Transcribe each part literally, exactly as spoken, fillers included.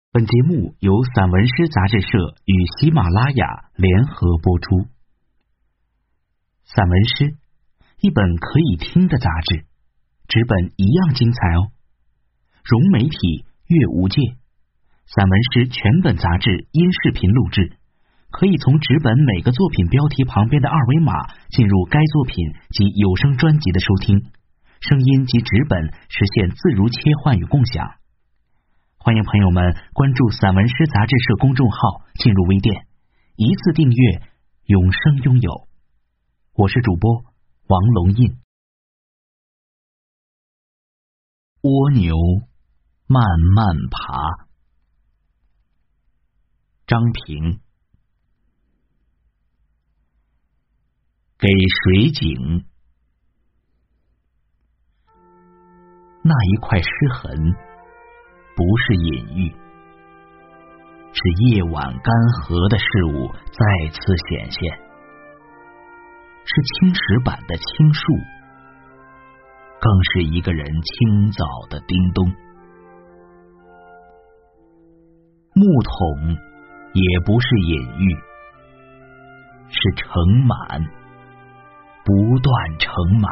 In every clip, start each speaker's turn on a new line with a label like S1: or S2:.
S1: 本节目由散文诗杂志社与喜马拉雅联合播出。散文诗，一本可以听的杂志，纸本一样精彩哦。融媒体，阅无界，散文诗全本杂志音视频录制，可以从纸本每个作品标题旁边的二维码进入该作品及有声专辑的收听，声音及纸本实现自如切换与共享。欢迎朋友们关注散文诗杂志社公众号，进入微店，一次订阅，永生拥有。我是主播王龙印。蜗牛慢慢爬。张平。给水井。那一块湿痕不是隐喻，是夜晚干涸的事物再次显现，是青石板的倾树，更是一个人清早的叮咚。木桶也不是隐喻，是盛满，不断盛满。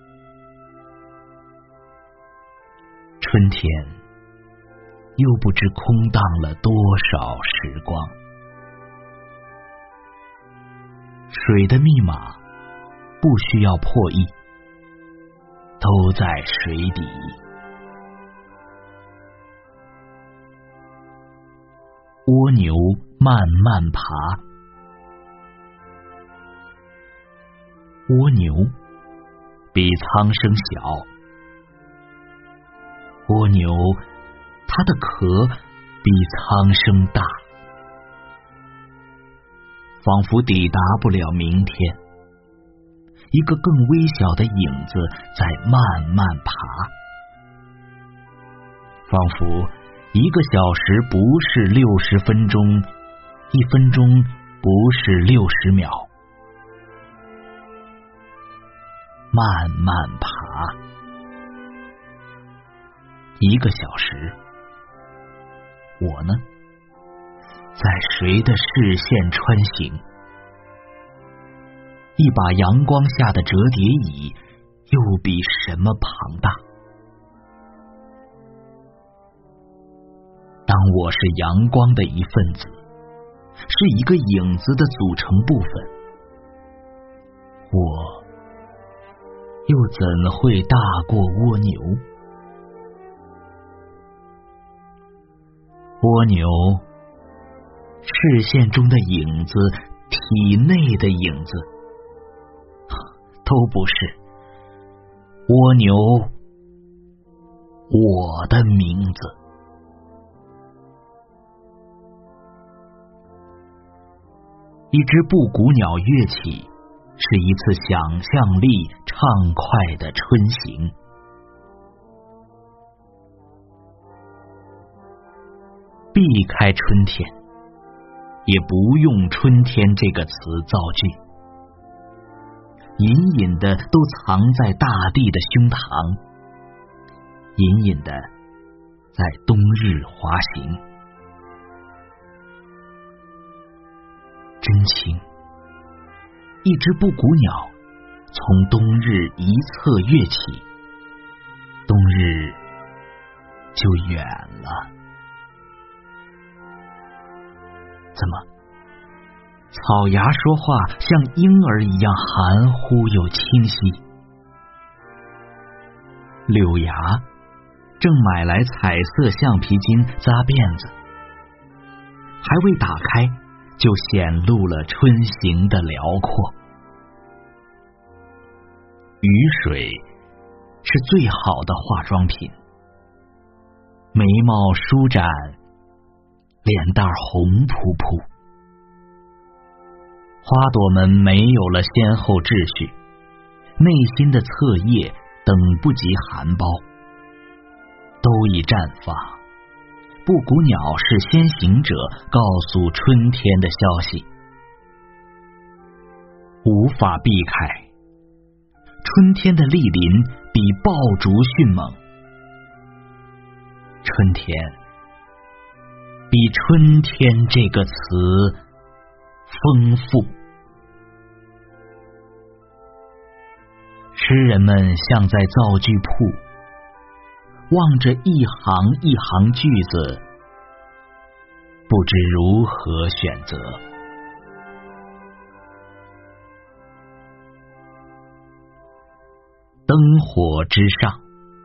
S1: 春天又不知空荡了多少时光。水的密码不需要破译，都在水底。蜗牛慢慢爬。蜗牛比苍生小，蜗牛它的壳比苍生大，仿佛抵达不了明天。一个更微小的影子在慢慢爬，仿佛一个小时不是六十分钟，一分钟不是六十秒。慢慢爬，一个小时。我呢，在谁的视线穿行？一把阳光下的折叠椅，又比什么庞大？当我是阳光的一份子，是一个影子的组成部分，我又怎会大过蜗牛？蜗牛，视线中的影子，体内的影子，都不是。蜗牛，我的名字。一只布谷鸟跃起，是一次想象力畅快的春行。避开春天，也不用春天这个词造句，隐隐的都藏在大地的胸膛，隐隐的在冬日滑行。真情，一只布谷鸟从冬日一侧跃起，冬日就远了。怎么，草芽说话像婴儿一样含糊又清晰？柳芽正买来彩色橡皮筋扎辫子，还未打开就显露了春行的辽阔。雨水是最好的化妆品，眉毛舒展，脸蛋红扑扑。花朵们没有了先后秩序，内心的侧叶等不及含苞，都已绽放。布谷鸟是先行者，告诉春天的消息，无法避开。春天的莅临比爆竹迅猛，春天比春天这个词丰富。诗人们像在造句铺，望着一行一行句子，不知如何选择。灯火之上，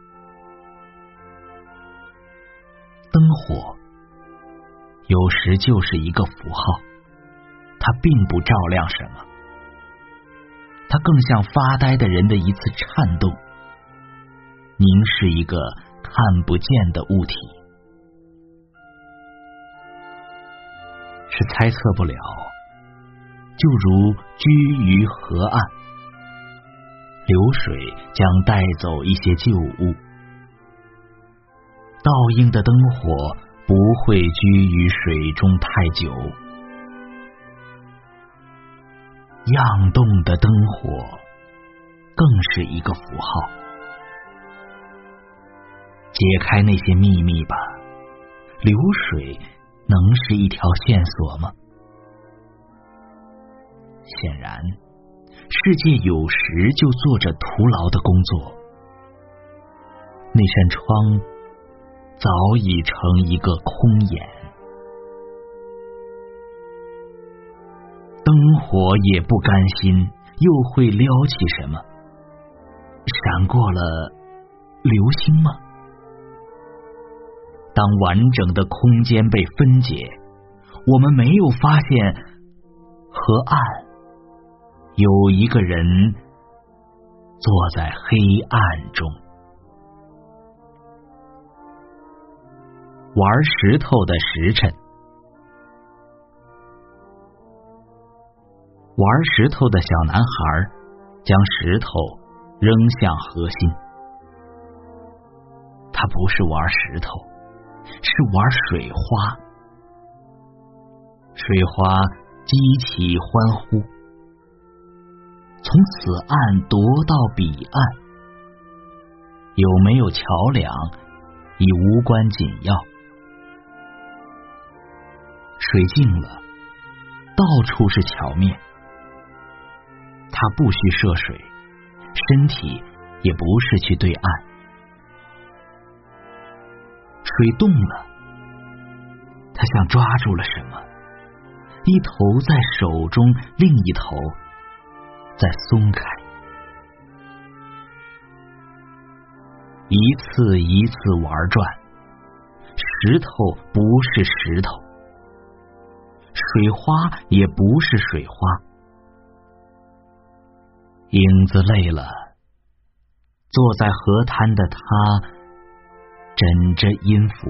S1: 灯火有时就是一个符号，它并不照亮什么，它更像发呆的人的一次颤动，凝视一个看不见的物体。是猜测不了，就如居于河岸，流水将带走一些旧物，倒映的灯火不会居于水中太久，漾动的灯火更是一个符号。解开那些秘密吧，流水能是一条线索吗？显然，世界有时就做着徒劳的工作，那扇窗早已成一个空眼。灯火也不甘心，又会撩起什么？闪过了流星吗？当完整的空间被分解，我们没有发现河岸有一个人坐在黑暗中。玩石头的时辰，玩石头的小男孩将石头扔向河心。他不是玩石头，是玩水花。水花激起欢呼，从此岸夺到彼岸，有没有桥梁已无关紧要。水静了，到处是桥面，它不需涉水，身体也不是去对岸。水动了，它像抓住了什么，一头在手中，另一头在松开。一次一次玩转，石头不是石头，水花也不是水花。影子累了，坐在河滩的他枕着音符，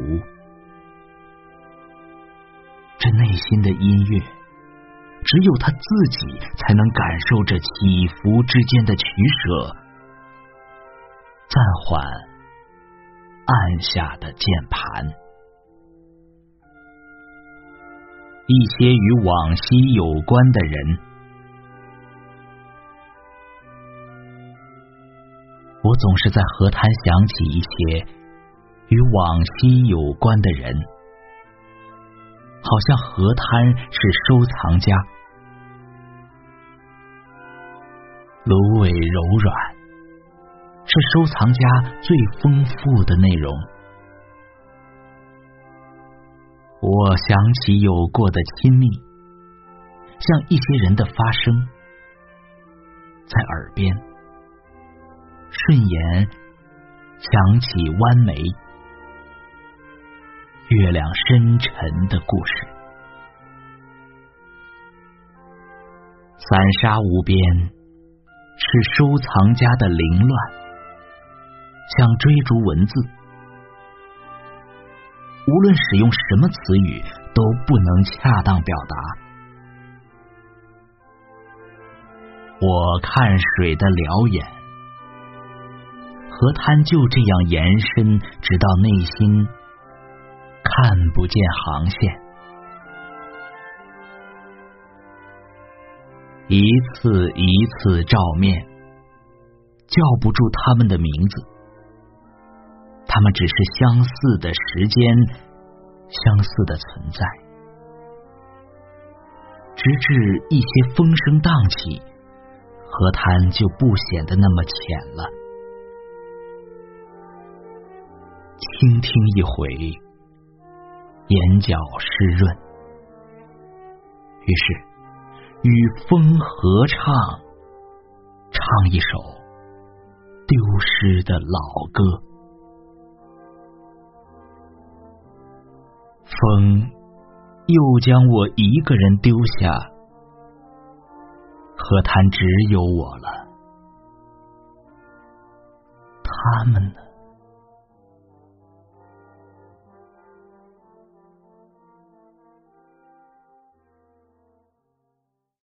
S1: 这内心的音乐只有他自己才能感受着起伏之间的取舍，暂缓按下的键盘。一些与往昔有关的人，我总是在河滩想起一些与往昔有关的人，好像河滩是收藏家，芦苇柔软，是收藏家最丰富的内容。我想起有过的亲密，像一些人的发声，在耳边，顺眼想起弯眉，月亮深沉的故事。散沙无边，是收藏家的凌乱，像追逐文字，无论使用什么词语都不能恰当表达。我看水的辽远，河滩就这样延伸，直到内心看不见航线。一次一次照面，叫不住他们的名字，他们只是相似的时间， 相似的存在，直至一些风声荡起，河滩就不显得那么浅了。倾听一回，眼角湿润，于是与风合唱，唱一首丢失的老歌。风又将我一个人丢下，河滩只有我了，他们呢？